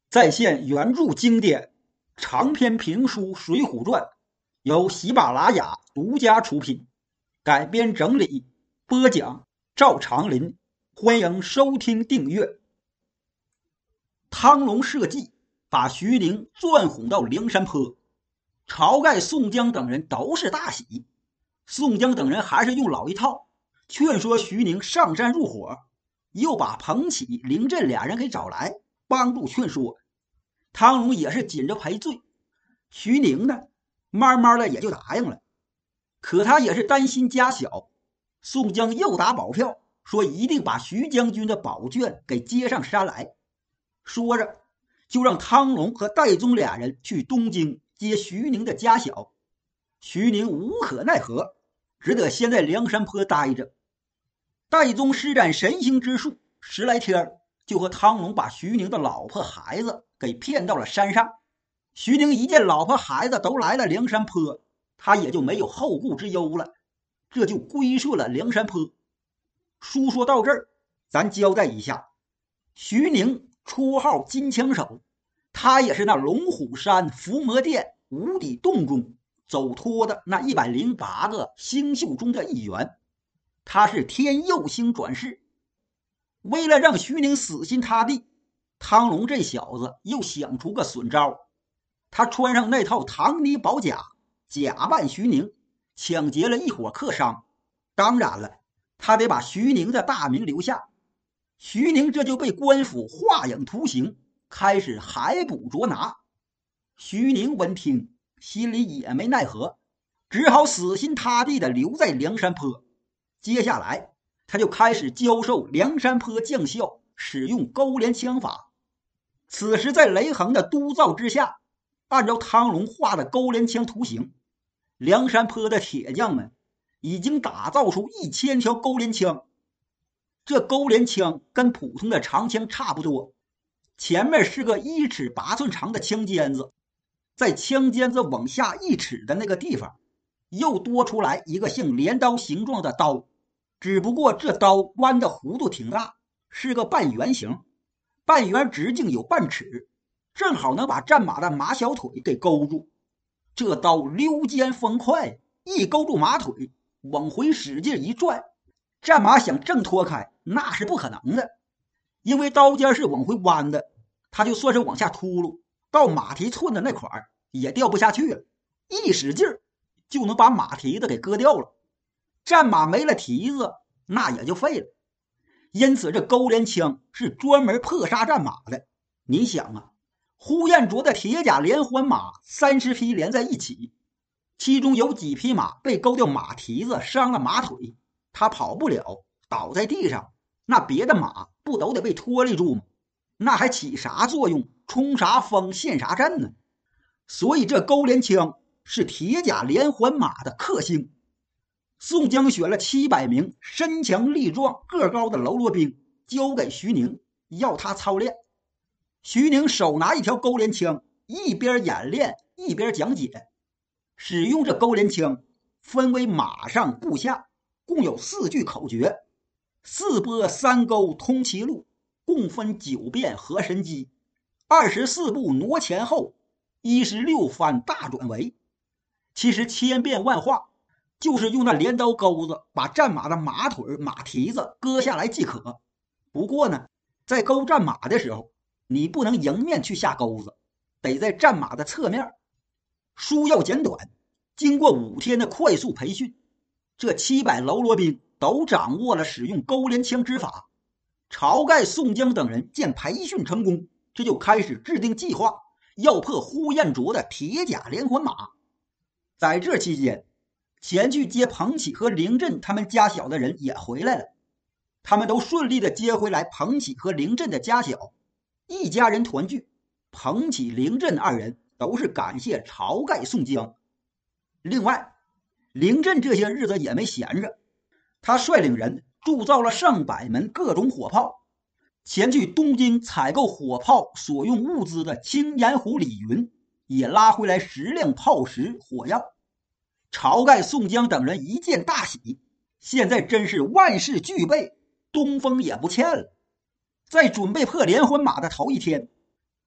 再现原著经典长篇评书《水浒传》，由喜马拉雅独家出品，改编整理播讲赵长林，欢迎收听订阅。汤龙设计把徐宁转哄到梁山坡，晁盖、宋江等人都是大喜。宋江等人还是用老一套，劝说徐宁上山入伙，又把彭起、凌震俩人给找来帮助劝说。汤龙也是紧着赔罪，徐宁呢慢慢的也就答应了。可他也是担心家小，宋江又打保票说一定把徐将军的宝卷给接上山来。说着就让汤龙和戴宗俩人去东京接徐宁的家小。徐宁无可奈何，只得先在梁山坡待着。戴宗施展神行之术，10来天就和汤龙把徐宁的老婆孩子给骗到了山上。徐宁一见老婆孩子都来了梁山坡，他也就没有后顾之忧了，这就归顺了梁山坡。书说到这儿，咱交代一下，徐宁绰号金枪手，他也是那龙虎山伏魔殿无底洞中走脱的那108个星宿中的一员，他是天佑星转世。为了让徐宁死心塌地，汤龙这小子又想出个损招。他穿上那套唐尼宝甲，假扮徐宁，抢劫了一伙客商。当然了，他得把徐宁的大名留下。徐宁这就被官府画影图形，开始海捕捉拿。徐宁闻听，心里也没奈何，只好死心塌地的留在梁山坡。接下来他就开始教授梁山坡将校使用勾连枪法。此时在雷横的督造之下，按照汤龙画的勾连枪图形，梁山坡的铁匠们已经打造出1000条勾连枪。这勾连枪跟普通的长枪差不多，前面是个1尺8寸长的枪尖子，在枪尖子往下1尺的那个地方又多出来一个像镰刀形状的刀，只不过这刀弯的弧度挺大，是个半圆形，半圆直径有半尺，正好能把战马的马小腿给勾住。这刀溜尖锋快，一勾住马腿，往回使劲一拽，战马想挣脱开那是不可能的，因为刀尖是往回弯的，它就算是往下秃噜，到马蹄寸的那块也掉不下去了，一使劲就能把马蹄子给割掉了。战马没了蹄子，那也就废了。因此这勾连枪是专门破杀战马的。你想啊，呼延灼的铁甲连环马30匹连在一起，其中有几匹马被勾掉马蹄子，伤了马腿，他跑不了，倒在地上，那别的马不都得被拖累住吗？那还起啥作用，冲啥锋，陷啥阵呢？所以这勾连枪是铁甲连环马的克星。宋江选了700名身强力壮个高的喽啰兵，交给徐宁，要他操练。徐宁手拿一条勾连枪，一边演练一边讲解。使用这勾连枪分为马上步下，共有4句口诀：4波3勾通其路，共分9变合神机；24步挪前后，16翻大转围。其实千变万化，就是用那镰刀钩子把战马的马腿马蹄子割下来即可。不过呢，在勾战马的时候，你不能迎面去下钩子，得在战马的侧面。书要简短，经过5天的快速培训，这700喽啰兵都掌握了使用勾连枪之法。晁盖、宋江等人见培训成功，这就开始制定计划，要破呼延灼的铁甲连环马。在这期间，前去接彭起和凌震他们家小的人也回来了，他们都顺利的接回来彭起和凌震的家小，一家人团聚。彭起、凌震2人都是感谢晁盖、宋江。另外，凌震这些日子也没闲着，他率领人铸造了上百门各种火炮，前去东京采购火炮所用物资的青岩虎李云也拉回来10辆炮石火药。晁盖、宋江等人一见大喜，现在真是万事俱备，东风也不欠了。在准备破连环马的头一天，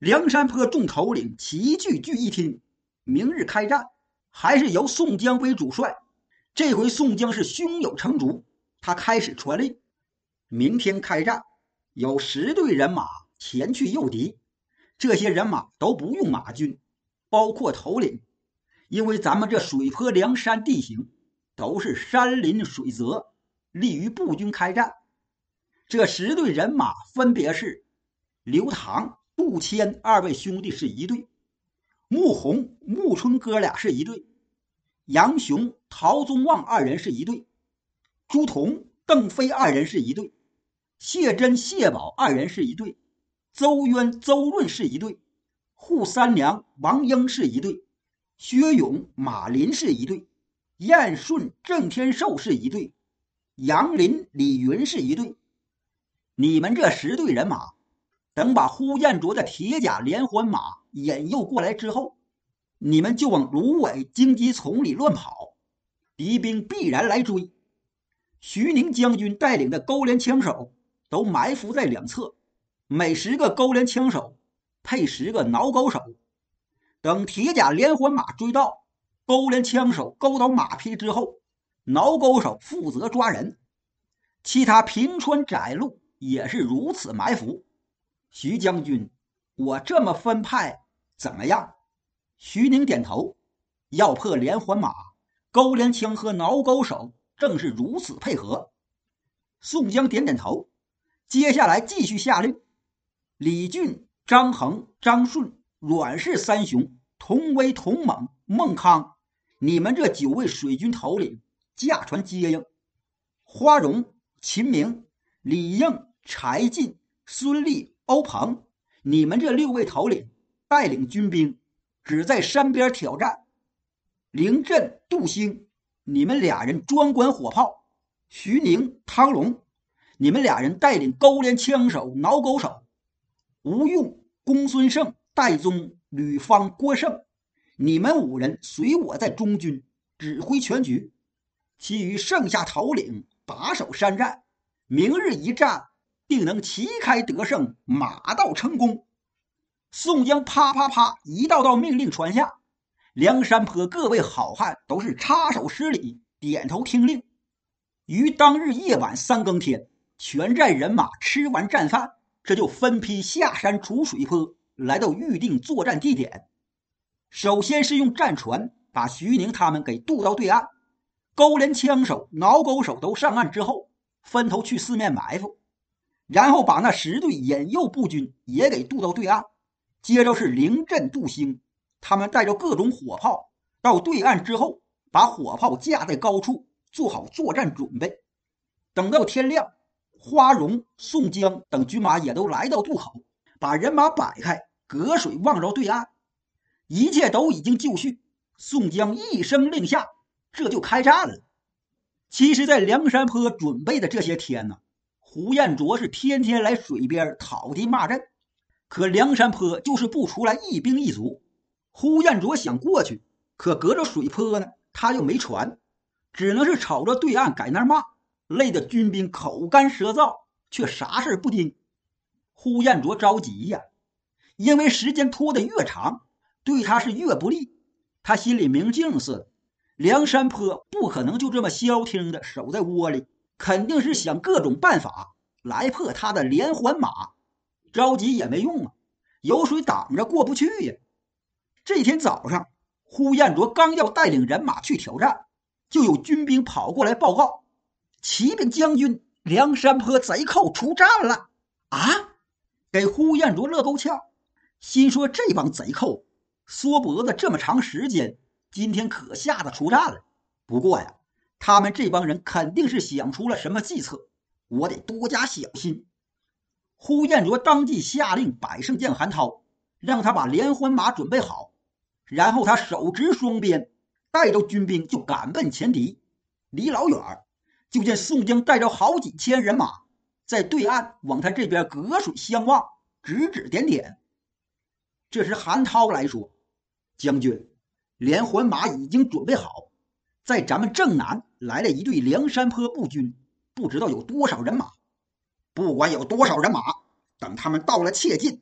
梁山泊众头领齐聚一厅，明日开战，还是由宋江为主帅。这回宋江是胸有成竹，他开始传令：明天开战，有10队人马前去诱敌。这些人马都不用马军，包括头领，因为咱们这水泊梁山地形都是山林水泽，利于步军开战。这10队人马分别是刘唐、杜迁2位兄弟是一队，穆弘、穆春哥俩是一队，杨雄、陶宗旺2人是一队，朱仝、邓飞2人是一队，谢珍、谢宝2人是一队，邹渊、邹润是一队，扈三娘、王英是一队，薛勇、马林是一队，燕顺、郑天寿是一队，杨林、李云是一队。你们这10队人马，等把呼延灼的铁甲连环马引诱过来之后，你们就往芦苇荆棘丛里乱跑，敌兵必然来追。徐宁将军带领的勾连枪手都埋伏在两侧，每10个勾连枪手配10个挠钩手。等铁甲连环马追到，勾连枪手勾倒马匹之后，挠钩手负责抓人。其他平川窄路也是如此埋伏。徐将军，我这么分派怎么样？徐宁点头，要破连环马，勾连枪和挠钩手正是如此配合。宋江点点头，接下来继续下令：李俊、张衡、张顺、阮氏3雄，同威、同猛、孟康，你们这9位水军头领驾船接应。花荣、秦明、李应、柴进、孙立、欧鹏，你们这6位头领带领军兵只在山边挑战。凌震、杜兴，你们俩人专管火炮。徐宁、汤龙，你们俩人带领勾连枪手、挠钩手。吴用、公孙胜、戴宗、吕方、郭盛，你们5人随我在中军指挥全局，其余剩下头领把守山寨，明日一战定能旗开得胜，马到成功。宋江啪啪啪一道道命令传下，梁山泊各位好汉都是插手施礼，点头听令。于当日夜晚3更天，全寨人马吃完战饭，这就分批下山出水泊，来到预定作战地点。首先是用战船把徐宁他们给渡到对岸，勾连枪手、挠钩手都上岸之后，分头去四面埋伏，然后把那10队引诱步军也给渡到对岸。接着是凌震、杜兴，他们带着各种火炮到对岸之后，把火炮架在高处，做好作战准备。等到天亮，花荣、宋江等军马也都来到渡口，把人马摆开，隔水望着对岸。一切都已经就绪，宋江一声令下，这就开战了。其实在梁山泊准备的这些天呢，呼延灼是天天来水边讨敌骂阵，可梁山泊就是不出来一兵一卒。呼延灼想过去，可隔着水泊呢，他又没船，只能是瞅着对岸在那骂，累得军兵口干舌燥，却啥事不丁。呼延灼着急呀，因为时间拖得越长，对他是越不利。他心里明镜似的，梁山泊不可能就这么消停的守在窝里，肯定是想各种办法来破他的连环马。着急也没用啊，有水挡着过不去呀。这天早上，呼延灼刚要带领人马去挑战，就有军兵跑过来报告：启禀将军，梁山泊贼寇出战了！啊！给呼延灼乐够呛，心说这帮贼寇缩脖子这么长时间，今天可下得出战了。不过呀，他们这帮人肯定是想出了什么计策，我得多加小心。呼延灼当即下令百胜将韩涛，让他把连环马准备好，然后他手执双鞭，带着军兵就赶奔前敌。离老远就见宋江带着好几千人马在对岸往他这边隔水相望，指指点点。这时韩涛来说：将军，连环马已经准备好，在咱们正南来了一队梁山泊步军，不知道有多少人马。不管有多少人马，等他们到了切近，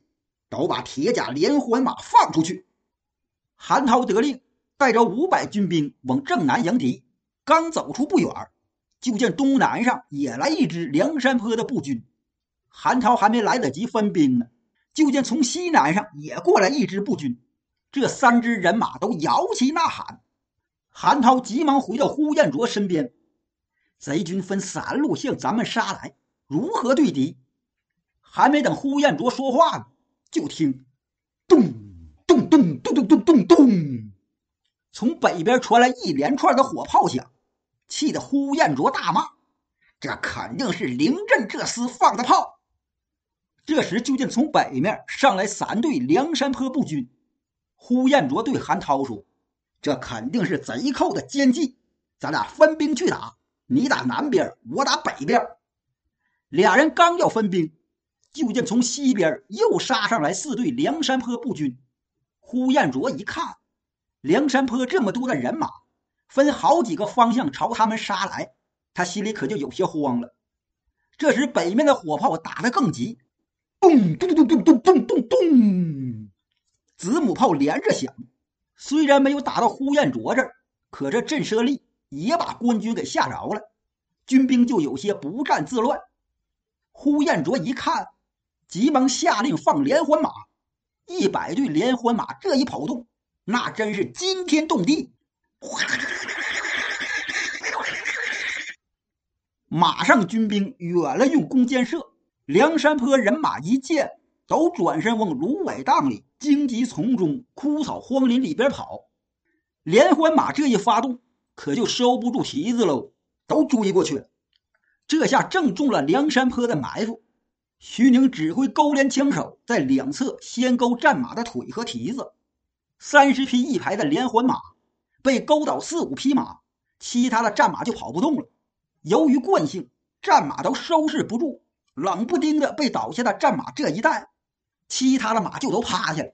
都把铁甲连环马放出去。韩涛得令，带着500军兵往正南迎敌。刚走出不远，就见东南上也来一支梁山泊的步军。韩涛还没来得及分兵呢，就见从西南上也过来一支步军。这3支人马都摇旗呐喊。韩涛急忙回到呼延灼身边，贼军分3路向咱们杀来，如何对敌？还没等呼延灼说话呢，就听咚咚咚咚咚咚咚咚，从北边传来一连串的火炮响，气得呼延灼大骂：这肯定是临阵这厮放的炮。这时就见从北面上来3队梁山泊步军。呼延灼对韩涛说：这肯定是贼寇的奸计，咱俩分兵去打，你打南边，我打北边。俩人刚要分兵，就见从西边又杀上来4队梁山泊步军。呼延灼一看，梁山泊这么多的人马，分好几个方向朝他们杀来，他心里可就有些慌了。这时北面的火炮打得更急，咚咚咚咚咚咚咚咚，子母炮连着响。虽然没有打到呼延灼这儿，可这震慑力也把官军给吓着了，军兵就有些不战自乱。呼延灼一看，急忙下令放连环马。100队连环马这一跑动，那真是惊天动地。马上军兵远了用弓箭射，梁山泊人马一见，都转身往芦苇荡里、荆棘丛中、枯草荒林里边跑。连环马这一发动，可就收不住蹄子喽，都追过去了。这下正中了梁山泊的埋伏。徐宁指挥勾连枪手在两侧先勾战马的腿和蹄子，30匹一排的连环马被勾倒4、5匹马，其他的战马就跑不动了。由于惯性，战马都收拾不住，冷不丁的被倒下的战马这一带，其他的马就都趴下了。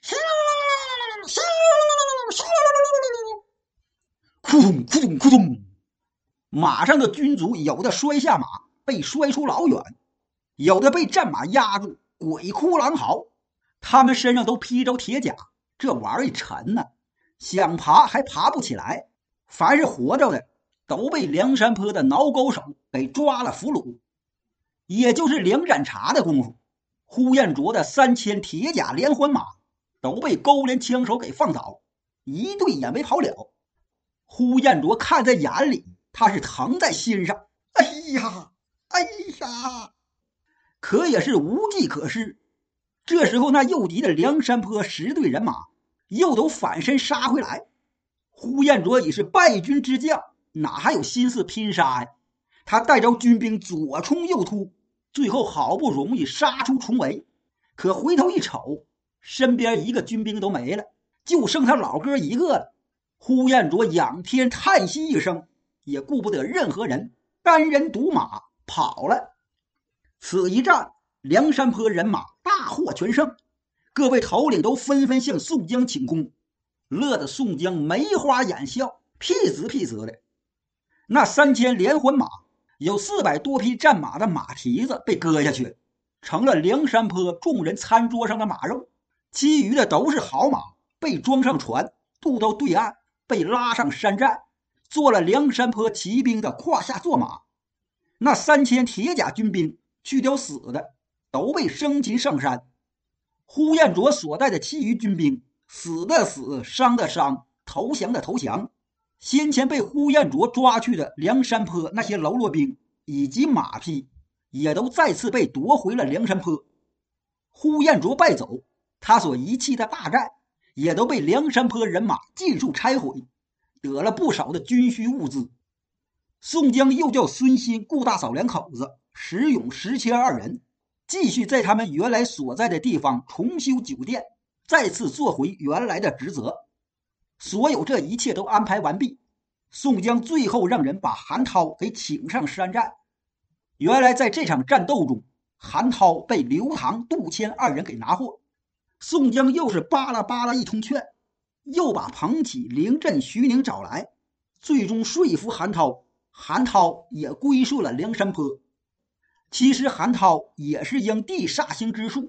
扑通扑通扑通，马上的军卒有的摔下马，被摔出老远，有的被战马压住，鬼哭狼嚎。他们身上都披着铁甲，这玩意沉呢，想爬还爬不起来。凡是活着的都被梁山泊的挠钩手给抓了俘虏。也就是2盏茶的功夫，呼延灼的3000铁甲连环马都被勾连枪手给放倒，一队也没跑了。呼延灼看在眼里，他是疼在心上。哎呀，哎呀！可也是无计可施。这时候那诱敌的梁山泊10队人马又都反身杀回来。呼延灼已是败军之将，哪还有心思拼杀呀？他带着军兵左冲右突，最后好不容易杀出重围。可回头一瞅，身边一个军兵都没了，就剩他老哥一个了。呼延灼仰天叹息一声，也顾不得任何人，单人独马跑了。此一战，梁山泊人马大获全胜，各位头领都纷纷向宋江请功，乐得宋江眉花眼笑，屁滋屁滋的。那3000连环马有400多匹战马的马蹄子被割下去，成了梁山泊众人餐桌上的马肉。其余的都是好马，被装上船，渡到对岸，被拉上山寨，做了梁山泊骑兵的胯下坐马。那3000铁甲军兵去掉死的，都被生擒上山。呼延灼所带的其余军兵，死的死，伤的伤，投降的投降。先前被呼延灼抓去的梁山泊那些喽啰兵以及马匹，也都再次被夺回了梁山泊。呼延灼败走，他所遗弃的大寨也都被梁山泊人马尽数拆毁，得了不少的军需物资。宋江又叫孙新、顾大嫂2口子、石勇、石谦2人继续在他们原来所在的地方重修酒店，再次做回原来的职责。所有这一切都安排完毕，宋江最后让人把韩涛给请上山寨。原来在这场战斗中，韩涛被刘唐、杜迁2人给拿获。宋江又是巴拉巴拉一通劝，又把彭起、凌震、徐宁找来，最终说服韩涛，韩涛也归顺了梁山泊。其实韩涛也是因地煞星之术，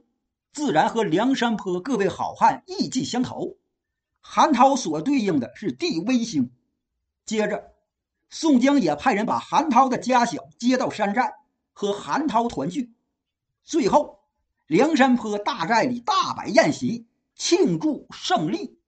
自然和梁山泊各位好汉意气相投。韩涛所对应的是地威星。接着，宋江也派人把韩涛的家小接到山寨，和韩涛团聚。最后，梁山泊大寨里大摆宴席，庆祝胜利。